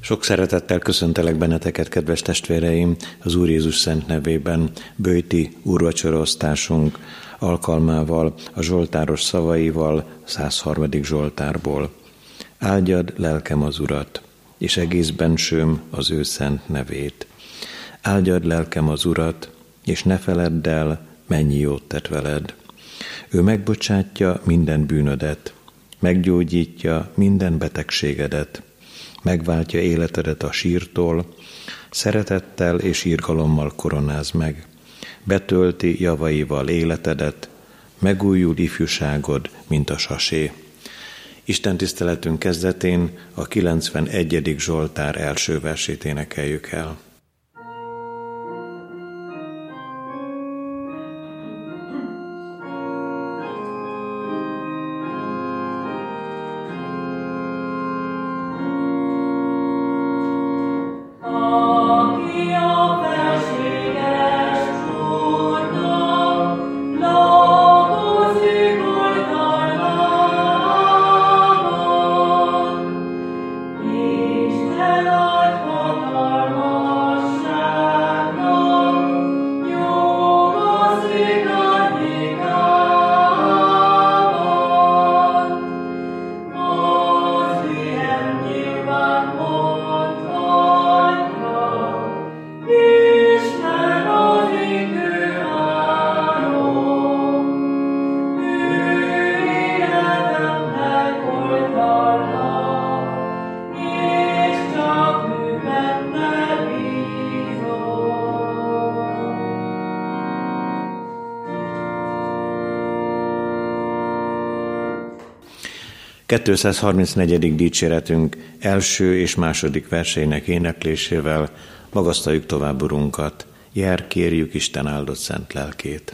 Sok szeretettel köszöntelek benneteket, kedves testvéreim, az Úr Jézus szent nevében, böjti úrvacsoraosztásunk alkalmával, a zsoltáros szavaival, 103. Zsoltárból. Áldjad lelkem az Urat, és egész bensőm az ő szent nevét. Áldjad lelkem az Urat, és ne feledd el, mennyi jót tett veled. Ő megbocsátja minden bűnödet, meggyógyítja minden betegségedet, megváltja életedet a sírtól, szeretettel és irgalommal koronáz meg, betölti javaival életedet, megújul ifjúságod, mint a sasé. Isten tiszteletünk kezdetén a 91. Zsoltár első versét énekeljük el. ...234. dicséretünk első és második verseinek éneklésével magasztaljuk tovább Urunkat. Jár, kérjük Isten áldott szent lelkét.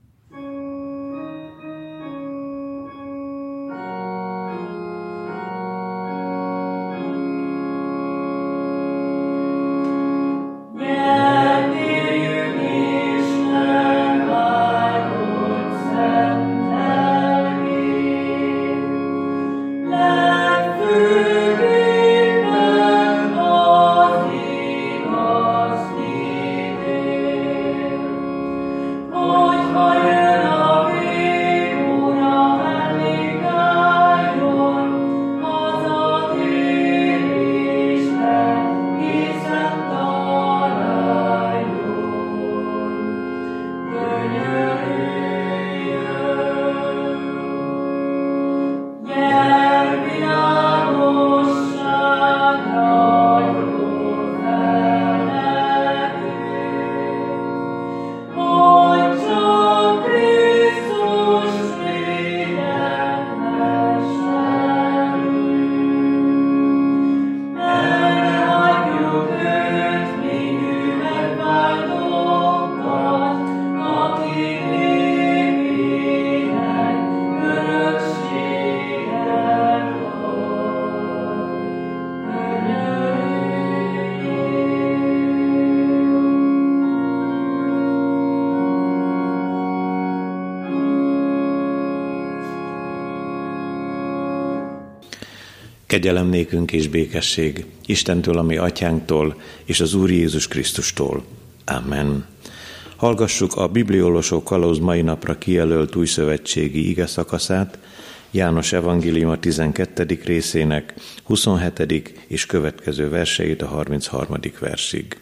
Kegyelem nékünk és békesség Istentől, ami atyánktól, és az Úr Jézus Krisztustól. Amen. Hallgassuk a Bibliolvasó Kalauz mai napra kijelölt újszövetségi ige szakaszát, János evangéliuma 12. részének 27. és következő verseit a 33. versig.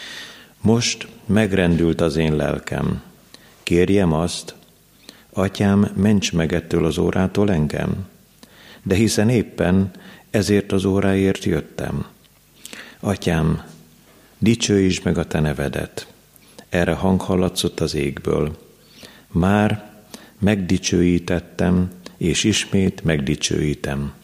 Most megrendült az én lelkem. Kérjem azt, Atyám, ments meg ettől az órától engem, de hiszen éppen ezért az óráért jöttem. Atyám, dicsőítsd meg a te nevedet. Erre hang hallatszott az égből. Már megdicsőítettem, és ismét megdicsőítem.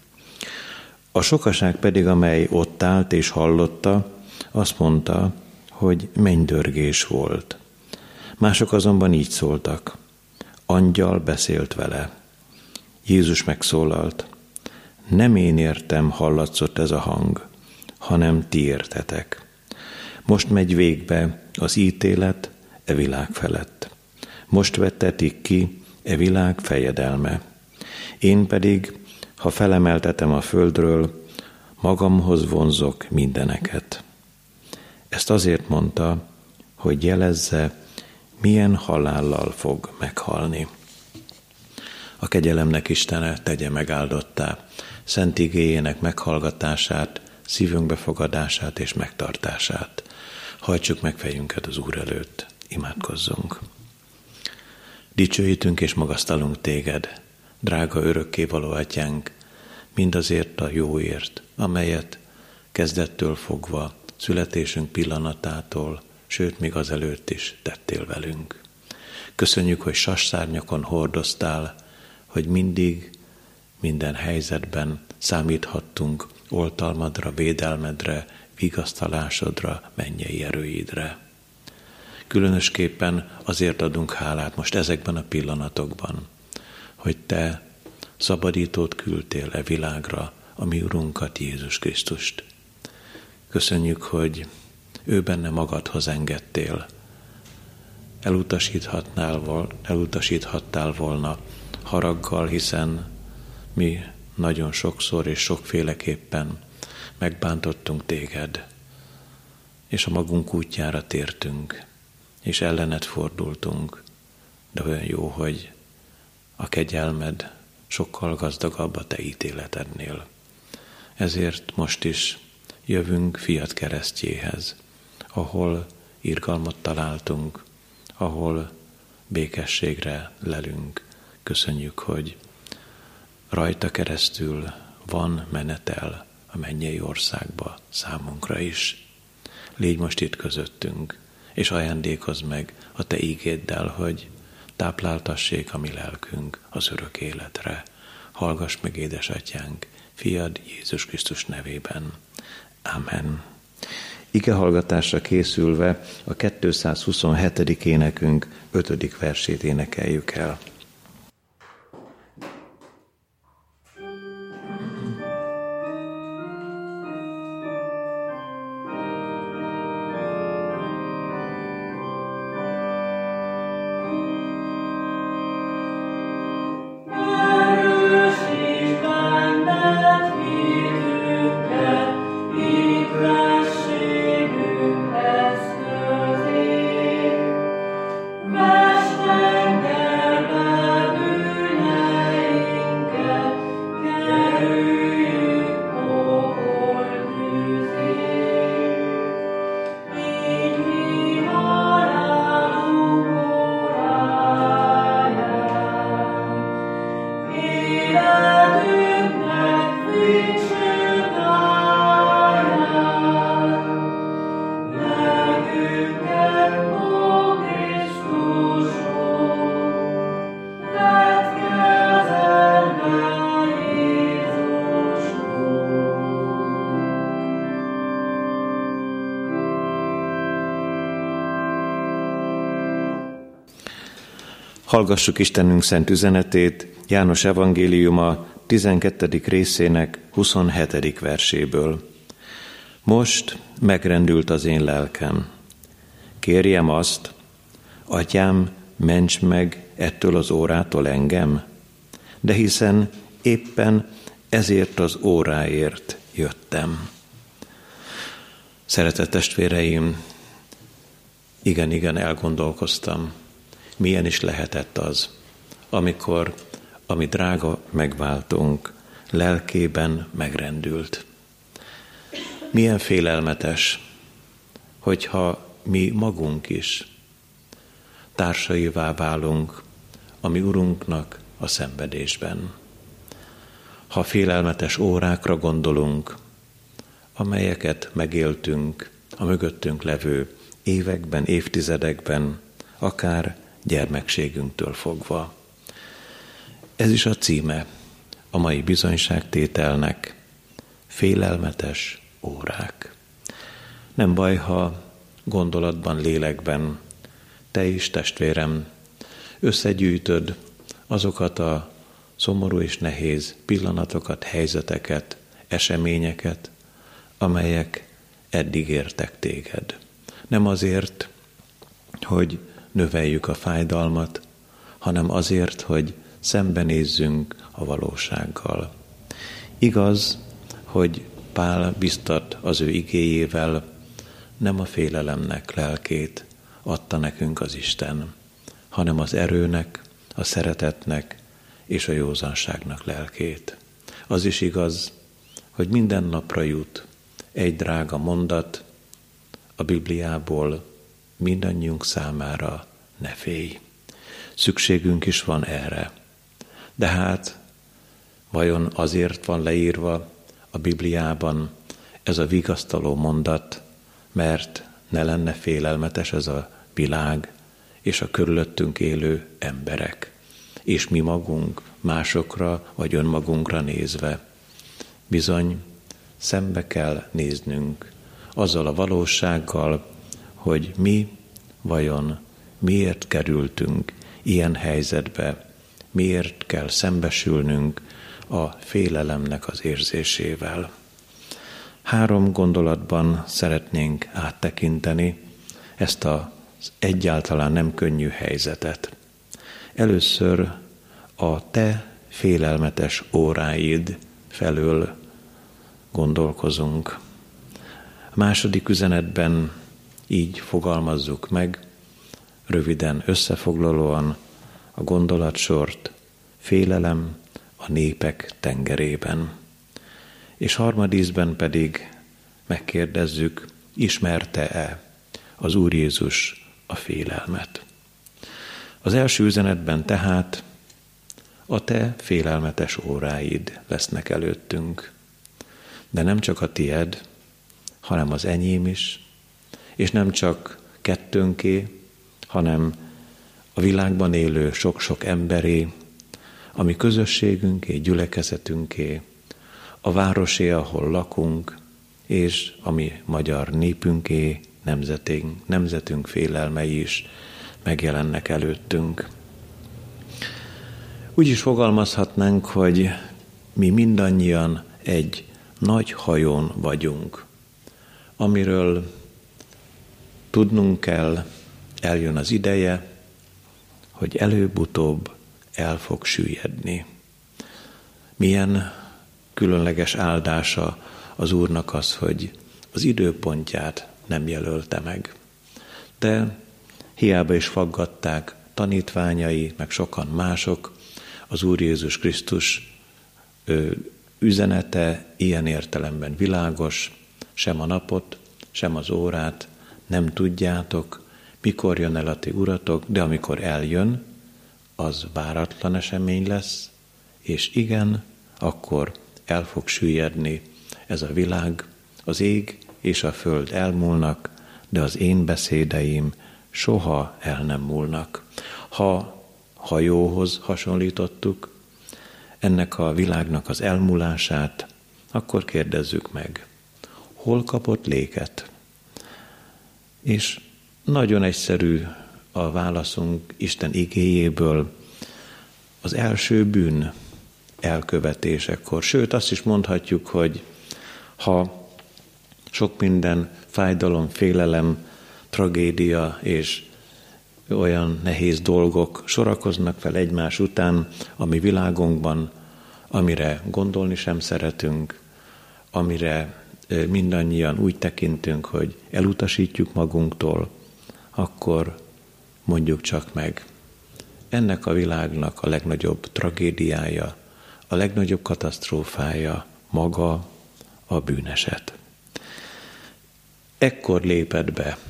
A sokaság pedig, amely ott állt és hallotta, azt mondta, hogy mennydörgés volt. Mások azonban így szóltak. Angyal beszélt vele. Jézus megszólalt. Nem én értem, hallatszott ez a hang, hanem ti értetek. Most megy végbe az ítélet e világ felett. Most vettetik ki e világ fejedelme. Én pedig, ha felemeltetem a földről, magamhoz vonzok mindeneket. Ezt azért mondta, hogy jelezze, milyen halállal fog meghalni. A kegyelemnek Istene tegye megáldottá szent igéjének meghallgatását, szívünk befogadását és megtartását. Hajtsuk meg fejünket az Úr előtt, imádkozzunk. Dicsőítünk és magasztalunk téged, drága örökkévaló atyánk, mindazért a jóért, amelyet kezdettől fogva, születésünk pillanatától, sőt, még azelőtt is tettél velünk. Köszönjük, hogy sasszárnyakon hordoztál, hogy mindig, minden helyzetben számíthattunk oltalmadra, védelmedre, vigasztalásodra, mennyei erőidre. Különösképpen azért adunk hálát most ezekben a pillanatokban, hogy te szabadítót küldtél e világra, a mi Urunkat, Jézus Krisztust. Köszönjük, hogy ő benne magadhoz engedtél. Elutasíthattál volna haraggal, hiszen mi nagyon sokszor és sokféleképpen megbántottunk téged, és a magunk útjára tértünk, és ellened fordultunk, de olyan jó, hogy a kegyelmed sokkal gazdagabb a te ítéletednél. Ezért most is jövünk fiad keresztjéhez, ahol irgalmat találtunk, ahol békességre lelünk. Köszönjük, hogy rajta keresztül van menetel a mennyei országba számunkra is. Légy most itt közöttünk, és ajándékozz meg a te ígéddel, hogy tápláltassék a mi lelkünk az örök életre. Hallgass meg, édesatyánk, fiad Jézus Krisztus nevében. Amen. Igehallgatásra készülve a 227. énekünk 5. versét énekeljük el. Hallgassuk Istenünk szent üzenetét János evangéliuma 12. részének 27. verséből. Most megrendült az én lelkem. Kérjem azt, Atyám, ments meg ettől az órától engem, de hiszen éppen ezért az óráért jöttem. Szeretett testvéreim, igen, elgondolkoztam, milyen is lehetett az, amikor a mi drága megváltónk lelkében megrendült. Milyen félelmetes, hogyha mi magunk is társaivá válunk a mi Urunknak a szenvedésben. Ha félelmetes órákra gondolunk, amelyeket megéltünk a mögöttünk levő években, évtizedekben, akár gyermekségünktől fogva. Ez is a címe a mai bizonyságtételnek, félelmetes órák. Nem baj, ha gondolatban, lélekben te is, testvérem, összegyűjtöd azokat a szomorú és nehéz pillanatokat, helyzeteket, eseményeket, amelyek eddig értek téged. Nem azért, hogy növeljük a fájdalmat, hanem azért, hogy szembenézzünk a valósággal. Igaz, hogy Pál biztat az ő igéjével, nem a félelemnek lelkét adta nekünk az Isten, hanem az erőnek, a szeretetnek és a józanságnak lelkét. Az is igaz, hogy minden napra jut egy drága mondat a Bibliából mindannyiunk számára: ne félj. Szükségünk is van erre. De hát vajon azért van leírva a Bibliában ez a vigasztaló mondat, mert ne lenne félelmetes ez a világ és a körülöttünk élő emberek, és mi magunk másokra vagy önmagunkra nézve? Bizony, szembe kell néznünk azzal a valósággal, hogy mi vajon miért kerültünk ilyen helyzetbe, miért kell szembesülnünk a félelemnek az érzésével. 3 gondolatban szeretnénk áttekinteni ezt az egyáltalán nem könnyű helyzetet. Először a te félelmetes óráid felől gondolkozunk. A második üzenetben így fogalmazzuk meg, röviden összefoglalóan a gondolatsort: félelem a népek tengerében. És harmadízben pedig megkérdezzük, ismerte-e az Úr Jézus a félelmet. Az első üzenetben tehát a te félelmetes óráid lesznek előttünk, de nem csak a tied, hanem az enyém is, és nem csak kettőnké, hanem a világban élő sok-sok emberé, a mi közösségünké, gyülekezetünké, a városé, ahol lakunk, és a mi magyar népünké, nemzetünk félelmei is megjelennek előttünk. Úgy is fogalmazhatnánk, hogy mi mindannyian egy nagy hajón vagyunk, amiről tudnunk kell, eljön az ideje, hogy előbb-utóbb el fog süllyedni. Milyen különleges áldása az Úrnak az, hogy az időpontját nem jelölte meg. De hiába is faggatták tanítványai, meg sokan mások, az Úr Jézus Krisztus üzenete ilyen értelemben világos, sem a napot, sem az órát nem tudjátok, mikor jön el a ti uratok, de amikor eljön, az váratlan esemény lesz, és igen, akkor el fog süllyedni ez a világ, az ég és a föld elmúlnak, de az én beszédeim soha el nem múlnak. Ha hajóhoz hasonlítottuk ennek a világnak az elmúlását, akkor kérdezzük meg, hol kapott léket? És nagyon egyszerű a válaszunk Isten igéjéből: az első bűn elkövetésekor. Sőt, azt is mondhatjuk, hogy ha sok minden fájdalom, félelem, tragédia és olyan nehéz dolgok sorakoznak fel egymás után a mi világunkban, amire gondolni sem szeretünk, amire mindannyian úgy tekintünk, hogy elutasítjuk magunktól, akkor mondjuk csak meg, ennek a világnak a legnagyobb tragédiája, a legnagyobb katasztrófája maga a bűneset. Ekkor lépett be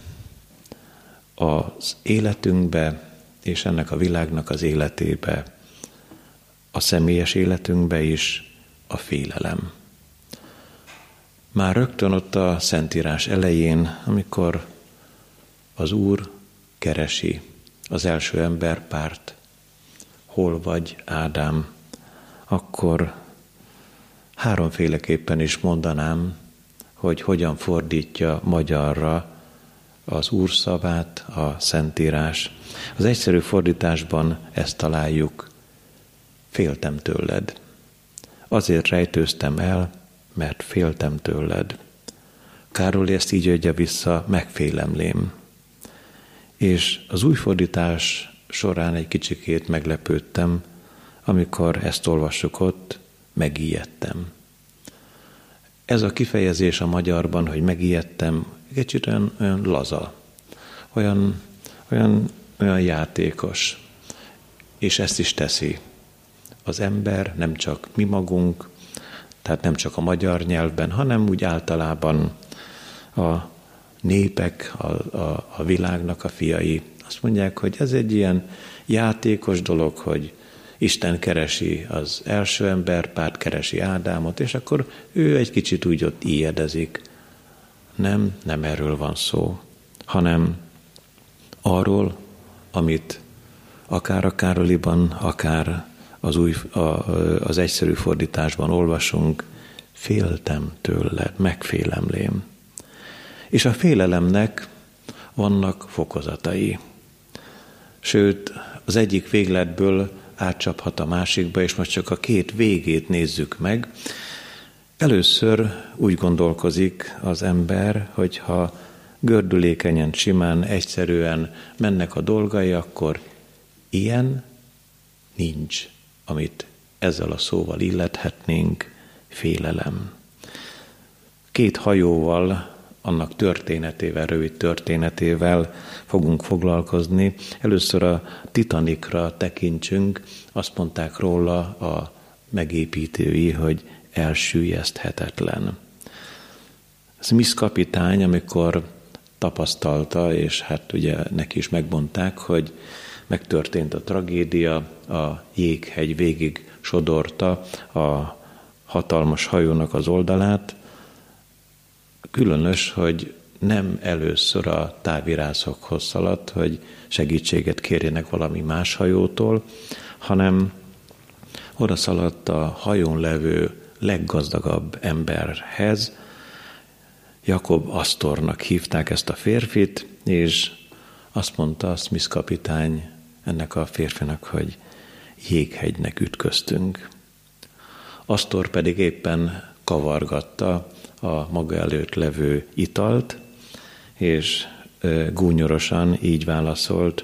az életünkbe, és ennek a világnak az életébe, a személyes életünkbe is a félelem. Már rögtön ott a Szentírás elején, amikor az Úr keresi az első emberpárt, hol vagy, Ádám, akkor 3-féleképpen is mondanám, hogy hogyan fordítja magyarra az Úr szavát a Szentírás. Az egyszerű fordításban ezt találjuk: féltem tőled. Azért rejtőztem el, mert féltem tőled. Károly ezt így adja vissza: megfélemlém. És az új fordítás során egy kicsikét meglepődtem, amikor ezt olvassuk ott: megijedtem. Ez a kifejezés a magyarban, hogy megijedtem, kicsit olyan laza, olyan játékos. És ezt is teszi az ember, nem csak mi magunk, tehát nem csak a magyar nyelvben, hanem úgy általában a népek, a világnak a fiai. Azt mondják, hogy ez egy ilyen játékos dolog, hogy Isten keresi az első emberpárt, keresi Ádámot, és akkor ő egy kicsit úgy ott ijedezik. Nem erről van szó, hanem arról, amit akár a Károliban, akár az egyszerű fordításban olvasunk, féltem tőled, megfélemlém. És a félelemnek vannak fokozatai. Sőt, az egyik végletből átcsaphat a másikba, és most csak a két végét nézzük meg. Először úgy gondolkozik az ember, hogyha gördülékenyen, simán, egyszerűen mennek a dolgai, akkor ilyen nincs, amit ezzel a szóval illethetnénk, félelem. Két hajóval, annak történetével, rövid történetével fogunk foglalkozni. Először a Titanicra tekintsünk, azt mondták róla a megépítői, hogy elsüllyeszthetetlen. Smith kapitány, amikor tapasztalta, és hát ugye neki is megmondták, hogy megtörtént a tragédia, a jéghegy végig sodorta a hatalmas hajónak az oldalát. Különös, hogy nem először a távirászokhoz szaladt, hogy segítséget kérjenek valami más hajótól, hanem oda szaladt a hajón levő leggazdagabb emberhez. Jakob Astornak hívták ezt a férfit, és azt mondta Smith kapitány ennek a férfinak, hogy jéghegynek ütköztünk. Astor pedig éppen kavargatta a maga előtt levő italt, és gúnyorosan így válaszolt,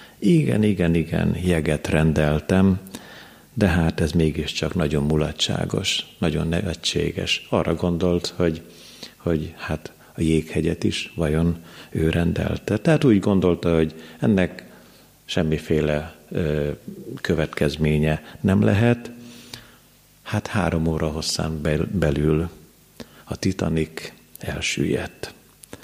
igen, jeget rendeltem, de hát ez mégiscsak nagyon mulatságos, nagyon nevetséges. Arra gondolt, hogy hát a jéghegyet is vajon ő rendelte. Tehát úgy gondolta, hogy ennek semmiféle következménye nem lehet. Hát 3 óra hosszán belül a Titanic elsüllyedt.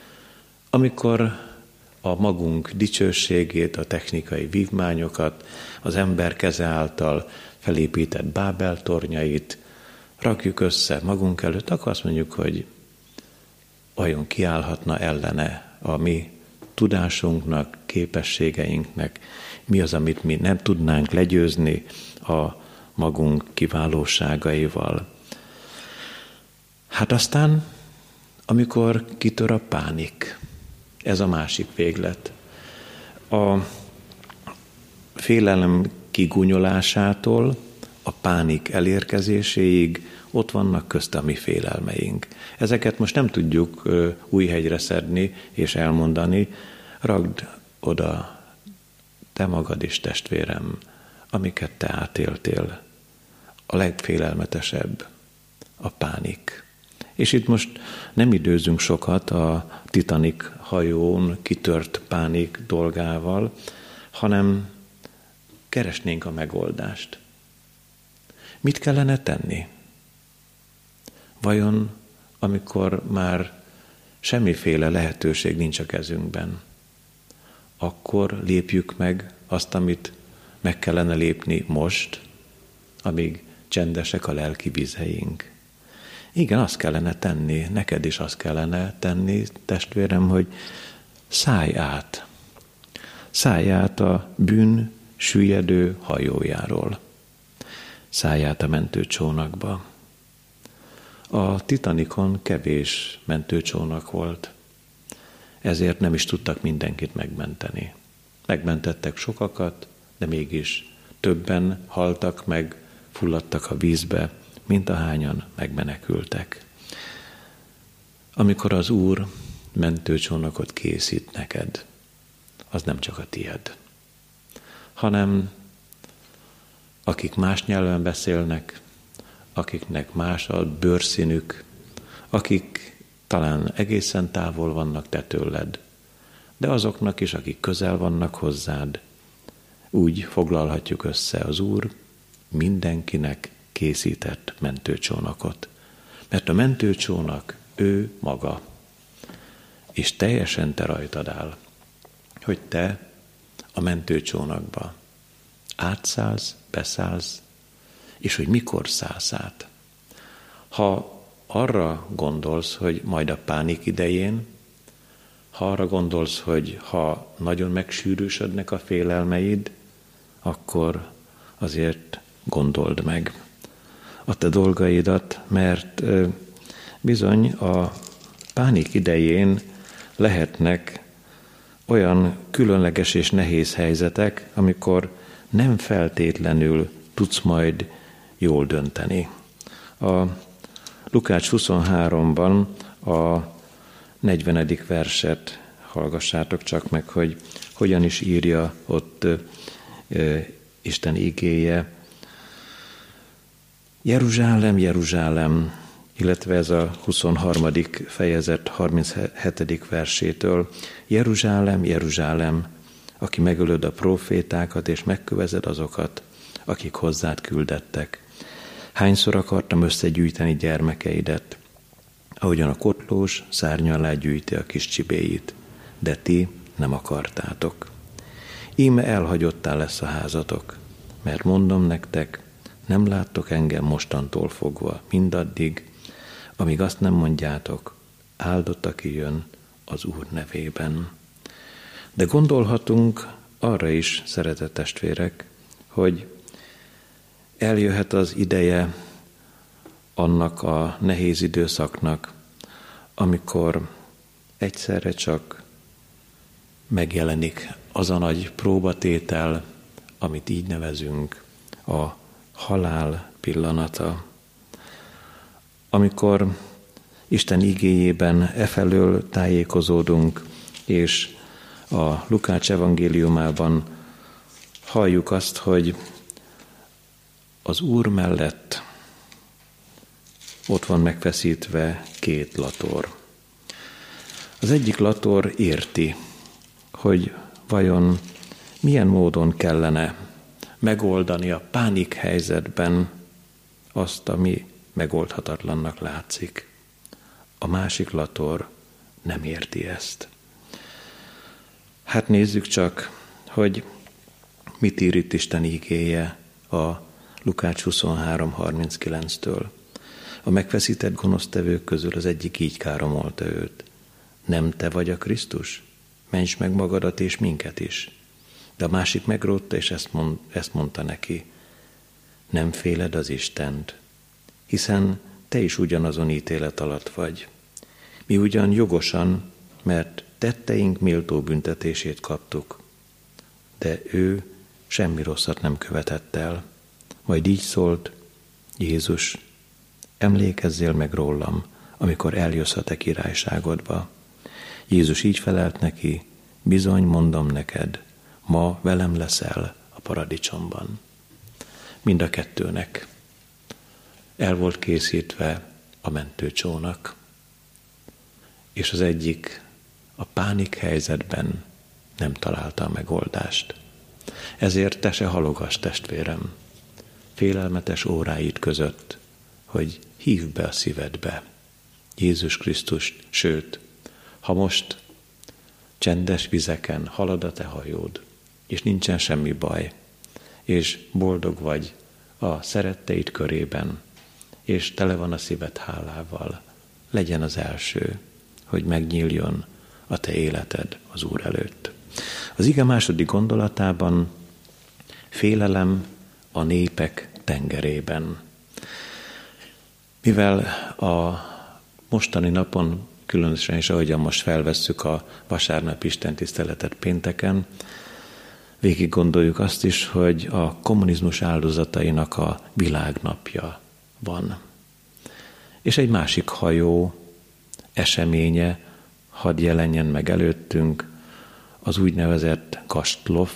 Amikor a magunk dicsőségét, a technikai vívmányokat, az ember keze által felépített Bábel tornyait rakjuk össze magunk előtt, akkor azt mondjuk, hogy vajon kiállhatna ellene a mi tudásunknak, képességeinknek, mi az, amit mi nem tudnánk legyőzni a magunk kiválóságaival. Hát aztán, amikor kitör a pánik, ez a másik véglet. A félelem kigúnyolásától a pánik elérkezéséig ott vannak közt a mi félelmeink. Ezeket most nem tudjuk újhegyre szedni és elmondani. Ragd oda, te magad is, testvérem, amiket te átéltél. A legfélelmetesebb a pánik. És itt most nem időzünk sokat a Titanic hajón kitört pánik dolgával, hanem keresnénk a megoldást. Mit kellene tenni? Vajon, amikor már semmiféle lehetőség nincs a kezünkben, akkor lépjük meg azt, amit meg kellene lépni most, amíg csendesek a lelki vizeink. Igen, azt kellene tenni, neked is azt kellene tenni, testvérem, hogy szállj át a bűn süllyedő hajójáról. Szállj át a mentőcsónakba. A Titanicon kevés mentőcsónak volt, ezért nem is tudtak mindenkit megmenteni. Megmentettek sokakat, de mégis többen haltak meg, fulladtak a vízbe, mint ahányan megmenekültek. Amikor az Úr mentőcsónakot készít neked, az nem csak a tied, hanem akik más nyelven beszélnek, akiknek más a bőrszínük, akik talán egészen távol vannak te tőled, de azoknak is, akik közel vannak hozzád. Úgy foglalhatjuk össze: az Úr mindenkinek készített mentőcsónakot, mert a mentőcsónak ő maga, és teljesen te rajtad áll, hogy te a mentőcsónakba átszállsz, beszállsz, és hogy mikor szállsz át. Ha arra gondolsz, hogy majd a pánik idején, ha arra gondolsz, hogy ha nagyon megsűrűsödnek a félelmeid, akkor azért gondold meg a te dolgaidat, mert bizony a pánik idején lehetnek olyan különleges és nehéz helyzetek, amikor nem feltétlenül tudsz majd jól dönteni. A Lukács 23-ban a 40. verset hallgassátok csak meg, hogy hogyan is írja ott Isten igéje. Jeruzsálem, Jeruzsálem, illetve ez a 23. fejezet 37. versétől. Jeruzsálem, Jeruzsálem, aki megölöd a prófétákat, és megkövezed azokat, akik hozzád küldettek. Hányszor akartam összegyűjteni gyermekeidet, ahogyan a kotlós szárnya alá gyűjti a kis csibéit, de ti nem akartátok. Íme elhagyottá lesz a házatok, mert mondom nektek, nem láttok engem mostantól fogva, mindaddig, amíg azt nem mondjátok, áldott, aki jön az Úr nevében. De gondolhatunk arra is, szeretett testvérek, hogy eljöhet az ideje annak a nehéz időszaknak, amikor egyszerre csak megjelenik az a nagy próbatétel, amit így nevezünk, a halál pillanata. Amikor Isten igéjében efelől tájékozódunk, és a Lukács evangéliumában halljuk azt, hogy az Úr mellett ott van megfeszítve két lator. Az egyik lator érti, hogy vajon milyen módon kellene megoldani a pánik helyzetben azt, ami megoldhatatlannak látszik. A másik lator nem érti ezt. Hát nézzük csak, hogy mit ír itt Isten igéje a Lukács 23:39-től. A megfeszített gonosztevők közül az egyik így káromolta őt. Nem te vagy a Krisztus? Mentsd meg magadat és minket is. De a másik megrótta, és ezt mondta neki. Nem féled az Istent, hiszen te is ugyanazon ítélet alatt vagy. Mi ugyan jogosan, mert tetteink méltó büntetését kaptuk, de ő semmi rosszat nem követett el. Majd így szólt: Jézus, emlékezzél meg rólam, amikor eljössz a te királyságodba. Jézus így felelt neki: bizony, mondom neked, ma velem leszel a paradicsomban. Mind a kettőnek el volt készítve a mentőcsónak, és az egyik a pánik helyzetben nem találta a megoldást. Ezért te se halogass, testvérem, félelmetes óráid között, hogy hívd be a szívedbe Jézus Krisztust, sőt, ha most csendes vizeken halad a te hajód, és nincsen semmi baj, és boldog vagy a szeretteid körében, és tele van a szíved hálával, legyen az első, hogy megnyíljon a te életed az Úr előtt. Az ige második gondolatában félelem a népek tengerében. Mivel a mostani napon, különösen is ahogyan most felvesszük a vasárnap istentiszteletet pénteken, végig gondoljuk azt is, hogy a kommunizmus áldozatainak a világnapja van. És egy másik hajó eseménye hadd jelenjen meg előttünk, az úgynevezett Kastlov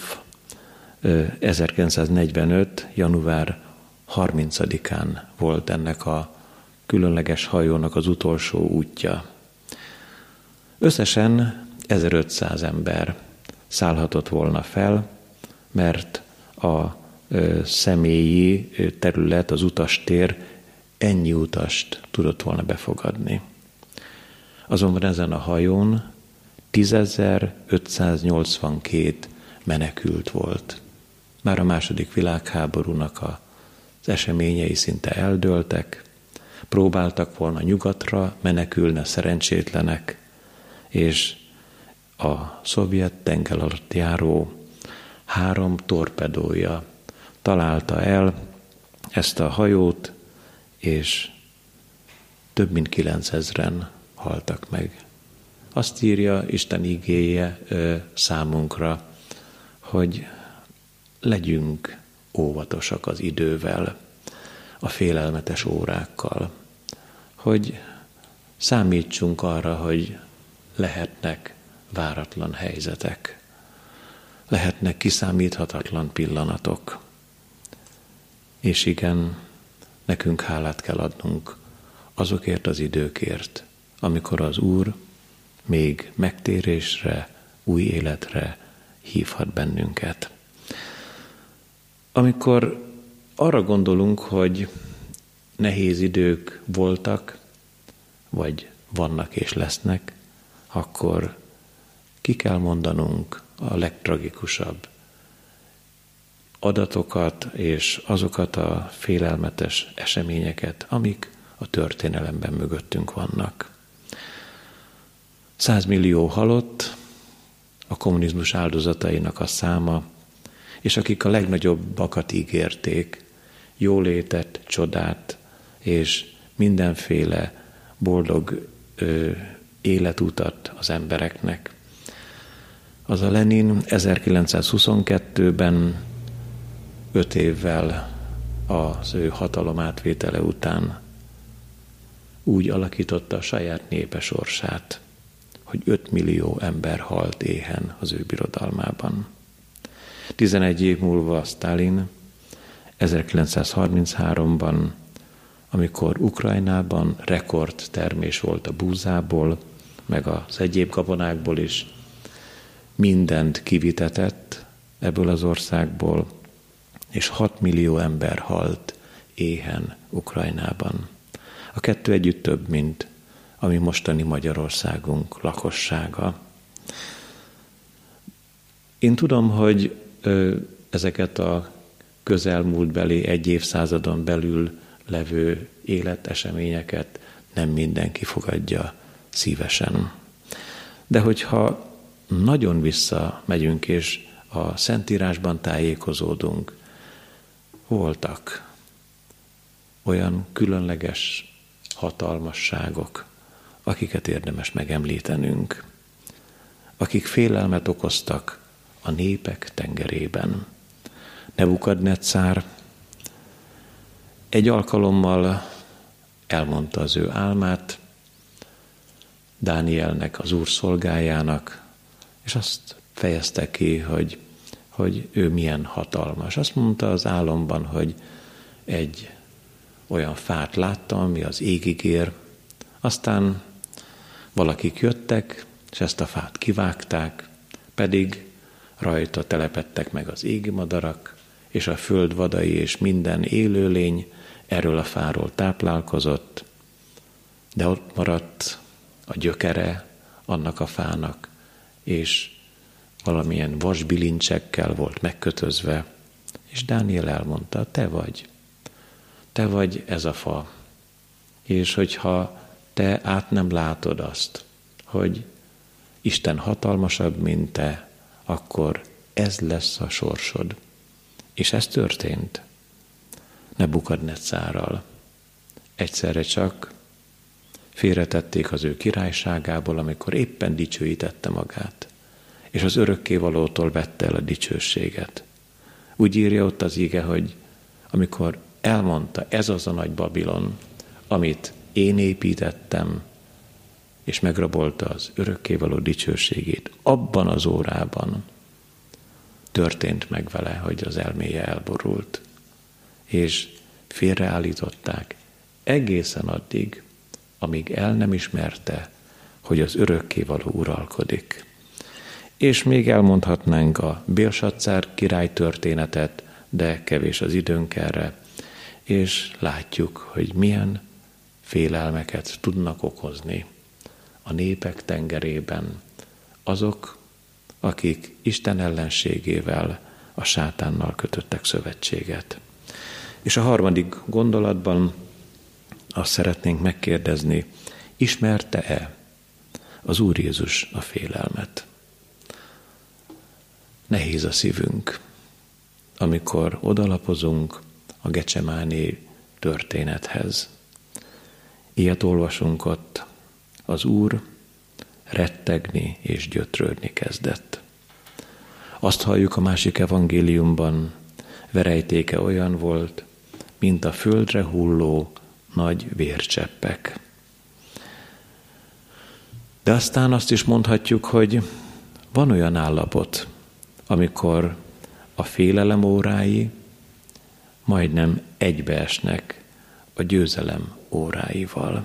1945. január 30-án volt ennek a különleges hajónak az utolsó útja. Összesen 1500 ember szállhatott volna fel, mert a személyi terület, az utastér ennyi utast tudott volna befogadni. Azonban ezen a hajón 10.582 menekült volt. Már a II. Világháborúnak az eseményei szinte eldőltek, próbáltak volna nyugatra menekülni a szerencsétlenek, és a szovjet tengeralattjáró 3 torpedója találta el ezt a hajót, és több mint 9000-en haltak meg. Azt írja Isten igéje számunkra, hogy legyünk óvatosak az idővel, a félelmetes órákkal, hogy számítsunk arra, hogy lehetnek váratlan helyzetek, lehetnek kiszámíthatatlan pillanatok. És igen, nekünk hálát kell adnunk azokért az időkért, amikor az Úr még megtérésre, új életre hívhat bennünket. Amikor arra gondolunk, hogy nehéz idők voltak, vagy vannak és lesznek, akkor ki kell mondanunk a legtragikusabb adatokat és azokat a félelmetes eseményeket, amik a történelemben mögöttünk vannak. 100 millió halott, a kommunizmus áldozatainak a száma, és akik a legnagyobbakat ígérték, jólétet, csodát és mindenféle boldog életutat az embereknek. Az a Lenin 1922-ben 5 évvel az ő hatalom átvétele után úgy alakította a saját népe sorsát, hogy 5 millió ember halt éhen az ő birodalmában. 11 év múlva Sztálin 1933-ban, amikor Ukrajnában rekordtermés volt a búzából, meg az egyéb gabonákból is, mindent kivitetett ebből az országból, és 6 millió ember halt éhen Ukrajnában. A 2 együtt több, mint ami mostani Magyarországunk lakossága. Én tudom, hogy ezeket a közelmúltbeli 1 évszázadon belül levő életeseményeket nem mindenki fogadja szívesen. De hogyha nagyon visszamegyünk és a Szentírásban tájékozódunk, voltak olyan különleges hatalmasságok, akiket érdemes megemlítenünk, akik félelmet okoztak a népek tengerében. Nebukadnetszár egy alkalommal elmondta az ő álmát Dánielnek, az Úr szolgájának, és azt fejezte ki, hogy ő milyen hatalmas. Azt mondta az álomban, hogy egy olyan fát látta, ami az égig ér, aztán valakik jöttek, és ezt a fát kivágták, pedig rajta telepedtek meg az égi madarak, és a föld vadai és minden élőlény erről a fáról táplálkozott, de ott maradt a gyökere annak a fának, és valamilyen vasbilincsekkel volt megkötözve, és Dániel elmondta, te vagy ez a fa, és hogyha te át nem látod azt, hogy Isten hatalmasabb, mint te, akkor ez lesz a sorsod. És ez történt Nebukadneccárral. Egyszerre csak félretették az ő királyságából, amikor éppen dicsőítette magát, és az örökkévalótól vette el a dicsőséget. Úgy írja ott az ige, hogy amikor elmondta, ez az a nagy Babilon, amit én építettem, és megrabolta az örökkévaló dicsőségét, abban az órában történt meg vele, hogy az elméje elborult, és félreállították, egészen addig, amíg el nem ismerte, hogy az örökkévaló uralkodik. És még elmondhatnánk a Bélsaccár király történetet, de kevés az időnk erre, és látjuk, hogy milyen félelmeket tudnak okozni a népek tengerében azok, akik Isten ellenségével, a sátánnal kötöttek szövetséget. És a harmadik gondolatban azt szeretnénk megkérdezni, ismerte-e az Úr Jézus a félelmet? Nehéz a szívünk, amikor odalapozunk a Gecsemáné történethez. Ilyet olvasunk ott, az Úr rettegni és gyötrődni kezdett. Azt halljuk a másik evangéliumban, verejtéke olyan volt, mint a földre hulló nagy vércseppek. De aztán azt is mondhatjuk, hogy van olyan állapot, amikor a félelem órái majdnem egybeesnek a győzelem óráival.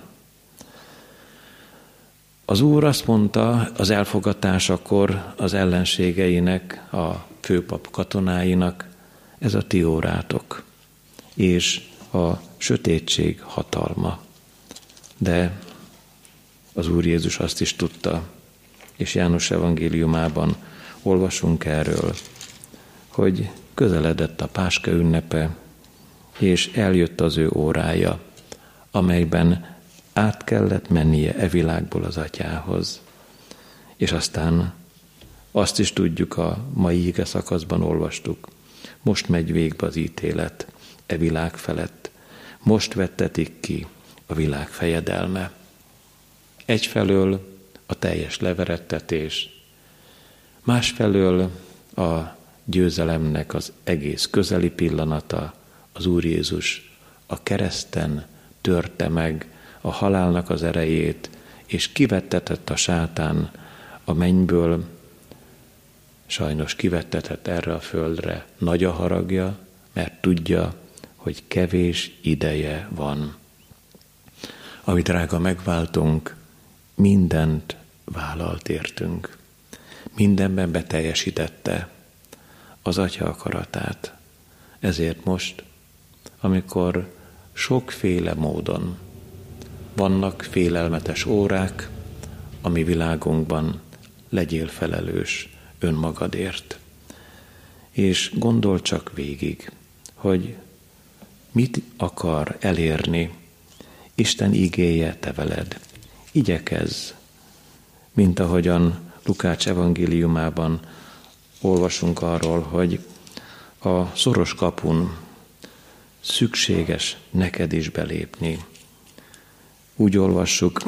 Az Úr azt mondta az elfogatásakor az ellenségeinek, a főpap katonáinak, ez a ti órátok, és a sötétség hatalma. De az Úr Jézus azt is tudta, és János evangéliumában olvasunk erről, hogy közeledett a Páska ünnepe, és eljött az ő órája, amelyben át kellett mennie e világból az Atyához. És aztán azt is tudjuk, a mai ige szakaszban olvastuk, most megy végbe az ítélet e világ felett, most vettetik ki a világ fejedelme. Egyfelől a teljes leverettetés, másfelől a győzelemnek az egész közeli pillanata, az Úr Jézus a kereszten törte meg a halálnak az erejét, és kivettetett a sátán a mennyből, sajnos kivettetett erre a földre. Nagy a haragja, mert tudja, hogy kevés ideje van. Ami drága megváltunk, mindent vállalt értünk. Mindenben beteljesítette az Atya akaratát. Ezért most, amikor sokféle módon vannak félelmetes órák a mi világunkban, legyél felelős önmagadért. És gondold csak végig, hogy mit akar elérni Isten igéje te veled. Igyekezz, mint ahogyan Lukács evangéliumában olvasunk arról, hogy a szoros kapun szükséges neked is belépni. Úgy olvassuk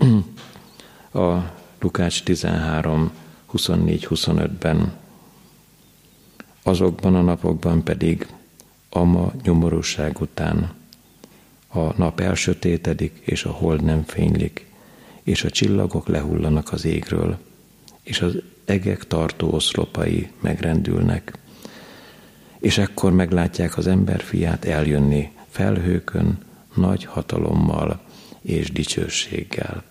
a Lukács 13, 24-25-ben. Azokban a napokban pedig ama nyomorúság után a nap elsötétedik, és a hold nem fénylik, és a csillagok lehullanak az égről, és az egek tartó oszlopai megrendülnek. És ekkor meglátják az emberfiát eljönni felhőkön, nagy hatalommal és dicsőséggel.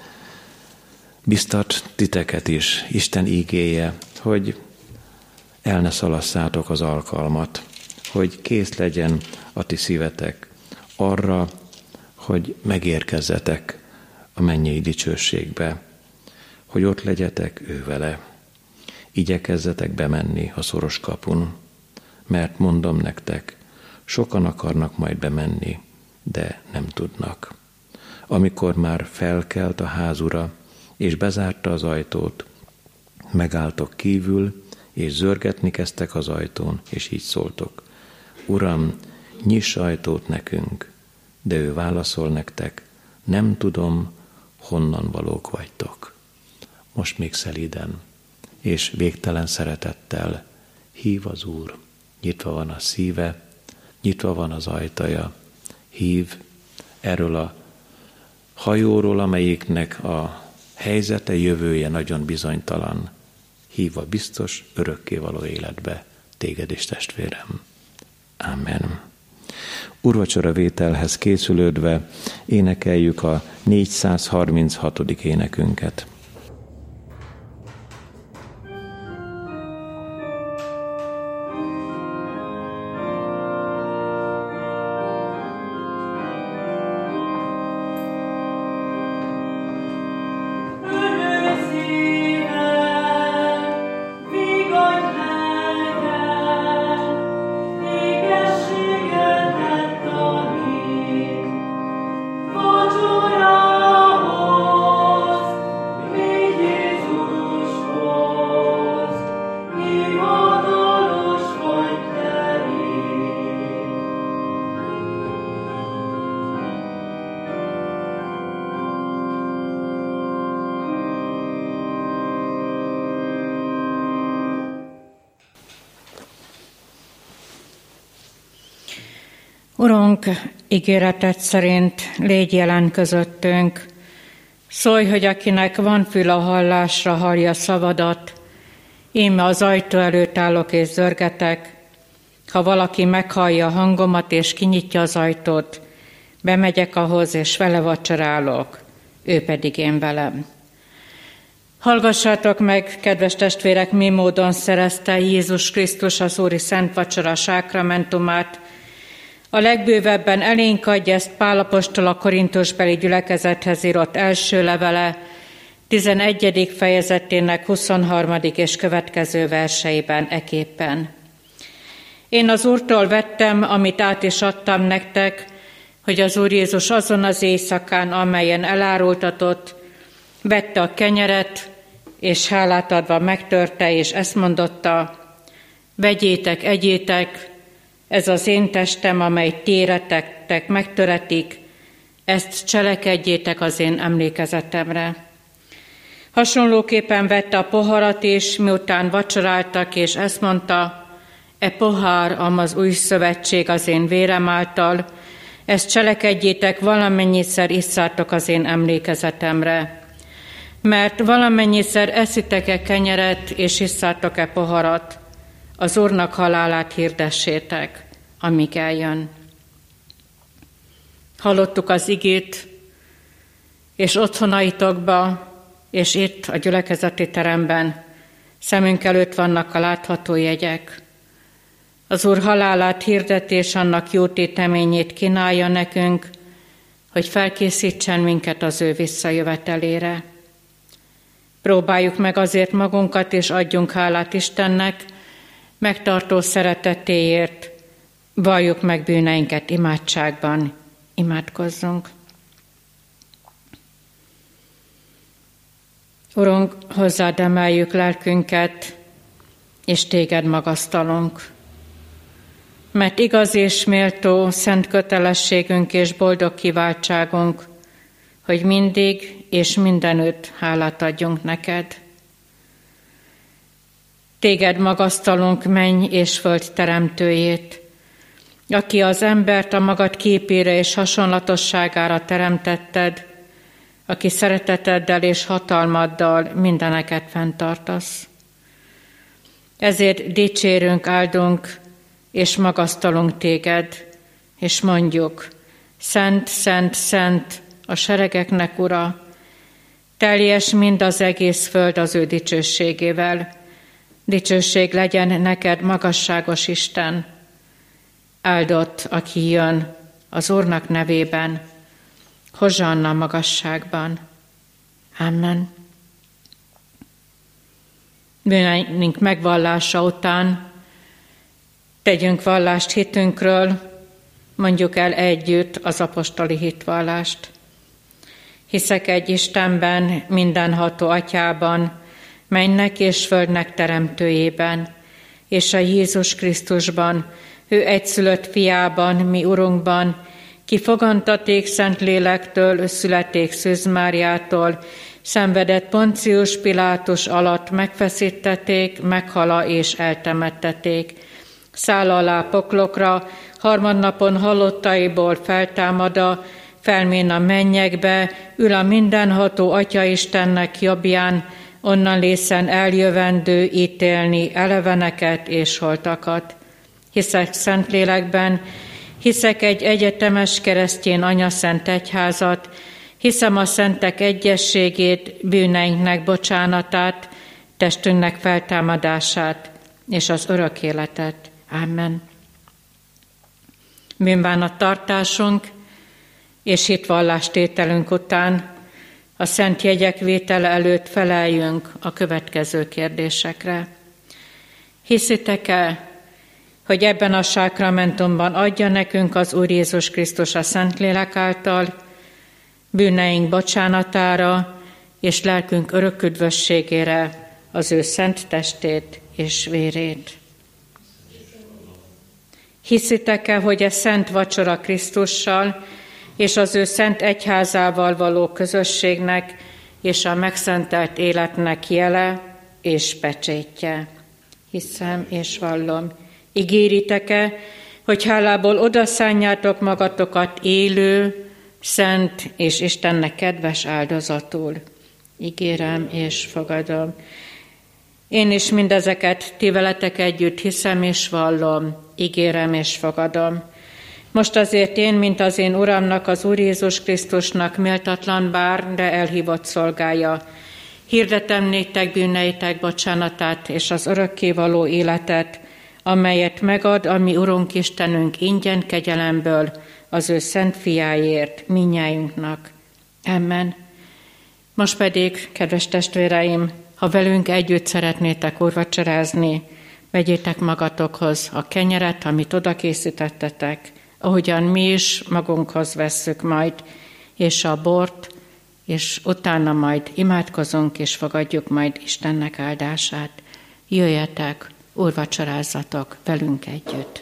Biztat titeket is Isten ígéje, hogy el ne szalasszátok az alkalmat, hogy kész legyen a ti szívetek arra, hogy megérkezzetek a mennyei dicsőségbe, hogy ott legyetek ő vele. Igyekezzetek bemenni a szoros kapun, mert mondom nektek, sokan akarnak majd bemenni, de nem tudnak. Amikor már felkelt a házura, és bezárta az ajtót, megálltok kívül, és zörgetni kezdtek az ajtón, és így szóltok: Uram, nyiss ajtót nekünk. De ő válaszol nektek: nem tudom, honnan valók vagytok. Most még szelíden és végtelen szeretettel hív az Úr. Nyitva van a szíve, nyitva van az ajtaja. Hív erről a hajóról, amelyiknek a helyzete, jövője nagyon bizonytalan. Hív a biztos, örökkévaló életbe téged is, testvérem. Amen. Úrvacsora vételhez készülődve énekeljük a 436. énekünket. Urunk, ígéreted szerint légy jelen közöttünk. Szólj, hogy akinek van fül a hallásra, hallja szavadat. Íme az ajtó előtt állok és zörgetek. Ha valaki meghallja a hangomat és kinyitja az ajtót, bemegyek ahhoz és vele vacsorálok, ő pedig én velem. Hallgassátok meg, kedves testvérek, mi módon szerezte Jézus Krisztus az Úri Szent Vacsora sákramentumát. A legbővebben elénk adja ezt Pál apostol a korintusbeli gyülekezethez írott első levele, 11. fejezetének 23. és következő verseiben eképpen. Én az Úrtól vettem, amit át is adtam nektek, hogy az Úr Jézus azon az éjszakán, amelyen elárultatott, vette a kenyeret, és hálát adva megtörte, és ezt mondotta: vegyétek, egyétek, ez az én testem, amely ti éretektek megtöretik, ezt cselekedjétek az én emlékezetemre. Hasonlóképpen vette a poharat is, miután vacsoráltak, és ezt mondta: e pohár, az új szövetség az én vérem által, ezt cselekedjétek, valamennyiszer isszátok az én emlékezetemre. Mert valamennyiszer eszitek-e kenyeret, és isszátok-e poharat, az Úrnak halálát hirdessétek, amíg eljön. Hallottuk az igét, és otthonaitokba, és itt a gyülekezeti teremben szemünk előtt vannak a látható jegyek. Az Úr halálát hirdetés annak jó téteményét kínálja nekünk, hogy felkészítsen minket az ő visszajövetelére. Próbáljuk meg azért magunkat, és adjunk hálát Istennek megtartó szeretetéért, valljuk meg bűneinket imádságban, imádkozzunk. Urunk, hozzád emeljük lelkünket, és téged magasztalunk, mert igaz és méltó szent kötelességünk és boldog kiváltságunk, hogy mindig és mindenütt hálát adjunk neked. Téged magasztalunk, menny és föld teremtőjét, aki az embert a magad képére és hasonlatosságára teremtetted, aki szereteteddel és hatalmaddal mindeneket fenntartasz. Ezért dicsérünk, áldunk és magasztalunk téged, és mondjuk: szent, szent, szent a seregeknek Ura, teljes mind az egész föld az ő dicsőségével. Dicsőség legyen neked, magasságos Isten, áldott, aki jön az Úrnak nevében, hozsanna magasságban. Amen. Bűneink megvallása után tegyünk vallást hitünkről, mondjuk el együtt az apostoli hitvallást. Hiszek egy Istenben, mindenható Atyában, mennek és földnek teremtőjében, és a Jézus Krisztusban, ő egyszülött fiában, mi Urunkban, ki fogantaték Szentlélektől, születték Szűz Máriától, szenvedett Poncius Pilátus alatt, megfeszítették, meghala és eltemettették. Száll alá poklokra, harmadnapon halottaiból feltámada, felmén a mennyekbe, ül a mindenható Atya Istennek jobbján, onnan lészen eljövendő ítélni eleveneket és holtakat. Hiszek Szentlélekben, Hiszek egy egyetemes keresztény anyaszent egyházat, hiszem a szentek egyességét, bűneinknek bocsánatát, testünknek feltámadását és az örök életet. Amen. Bűnbánattartásunk és hitvallástételünk után a szent jegyek vétele előtt feleljünk a következő kérdésekre. Hiszitek-e, hogy ebben a sákramentumban adja nekünk az Úr Jézus Krisztus a Szentlélek által bűneink bocsánatára és lelkünk örök üdvösségére az ő szent testét és vérét? Hiszitek-e, hogy a szent vacsora Krisztussal és az ő szent egyházával való közösségnek és a megszentelt életnek jele és pecsétje? Hiszem és vallom. Ígéritek-e, hogy hálából odaszánjátok magatokat élő, szent és Istennek kedves áldozatul? Ígérem és fogadom. Én is mindezeket ti veletek együtt hiszem és vallom, ígérem és fogadom. Most azért én, mint az én Uramnak, az Úr Jézus Krisztusnak méltatlan bár, de elhívott szolgája, hirdetem néktek bűneitek bocsánatát és az örökkévaló életet, amelyet megad a mi Urunk Istenünk ingyen kegyelemből az ő szent fiáért minnyájunknak. Amen. Most pedig, kedves testvéreim, ha velünk együtt szeretnétek úrvacsorázni, vegyétek magatokhoz a kenyeret, amit oda készítettetek, ahogyan mi is magunkhoz vesszük majd, és a bort, és utána majd imádkozunk, és fogadjuk majd Istennek áldását. Jöjjetek, úrvacsorázzatok velünk együtt.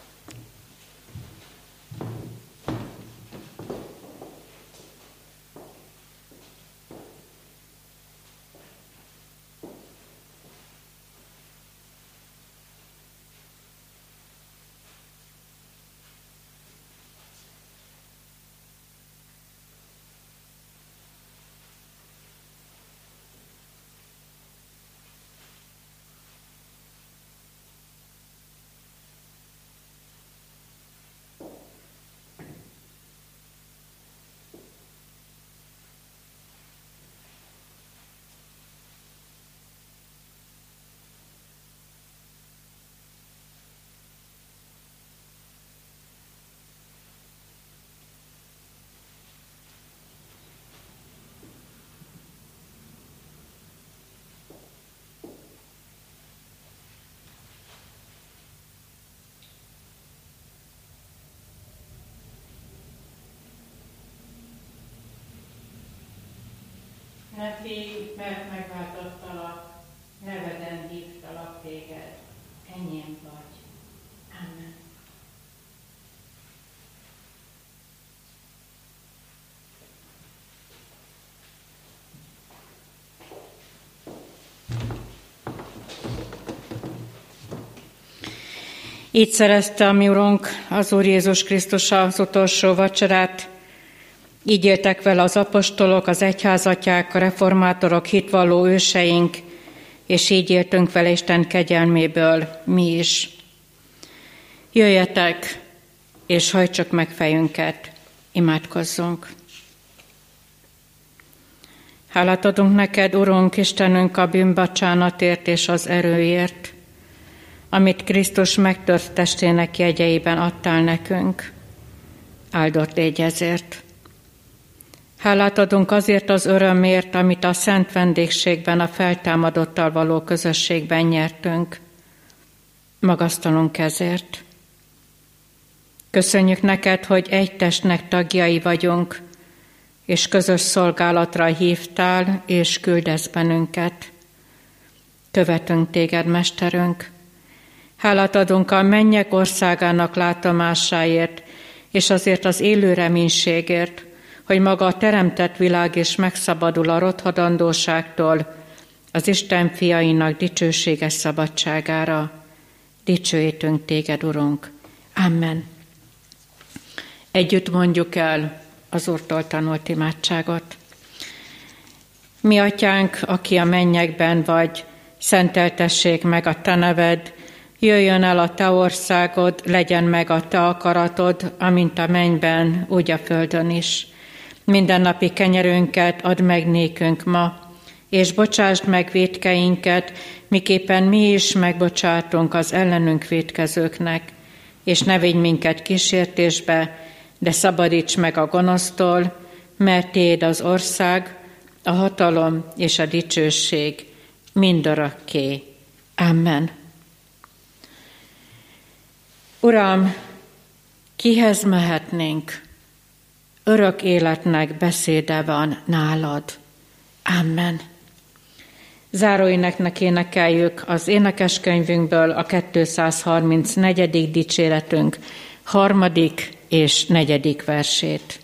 Ne félj, mert megváltottalak, neveden hívtalak téged, enyém vagy. Amen. Így szerezte a mi Urunk, az Úr Jézus Krisztus az utolsó vacsorát. Így éltek vele az apostolok, az egyházatják, a reformátorok, hitvalló őseink, és így éltünk vele Isten kegyelméből mi is. Jöjjetek, és hajtsuk meg fejünket, imádkozzunk. Hálát adunk neked, Urunk, Istenünk, a bűnbocsánatért és az erőért, amit Krisztus megtört testének jegyeiben adtál nekünk. Áldott légy ezért. Hálát adunk azért az örömért, amit a szent vendégségben, a feltámadottal való közösségben nyertünk. Magasztalunk ezért. Köszönjük neked, hogy egy testnek tagjai vagyunk, és közös szolgálatra hívtál, és küldesz bennünket. Követünk téged, Mesterünk. Hálát adunk a mennyek országának látomásáért, és azért az élő reménységért, hogy maga a teremtett világ is megszabadul a rothadandóságtól, az Isten fiainak dicsőséges szabadságára. Dicsőítünk téged, Urunk. Amen. Együtt mondjuk el az Úrtól tanult imádságot. Mi atyánk, aki a mennyekben vagy, szenteltessék meg a te neved, Jöjjön el a te országod, legyen meg a te akaratod, amint a mennyben, úgy a földön is. Mindennapi kenyerünket add meg nékünk ma, és bocsásd meg vétkeinket, miképpen mi is megbocsátunk az ellenünk vétkezőknek, és ne vigy minket kísértésbe, de szabadíts meg a gonosztól, mert tiéd az ország, a hatalom és a dicsőség mindörökké. Amen. Uram, kihez mehetnénk? Örök életnek beszéde van nálad. Amen. Záróéneknek énekeljük az énekeskönyvünkből a 234. dicséretünk 3. és 4. versét.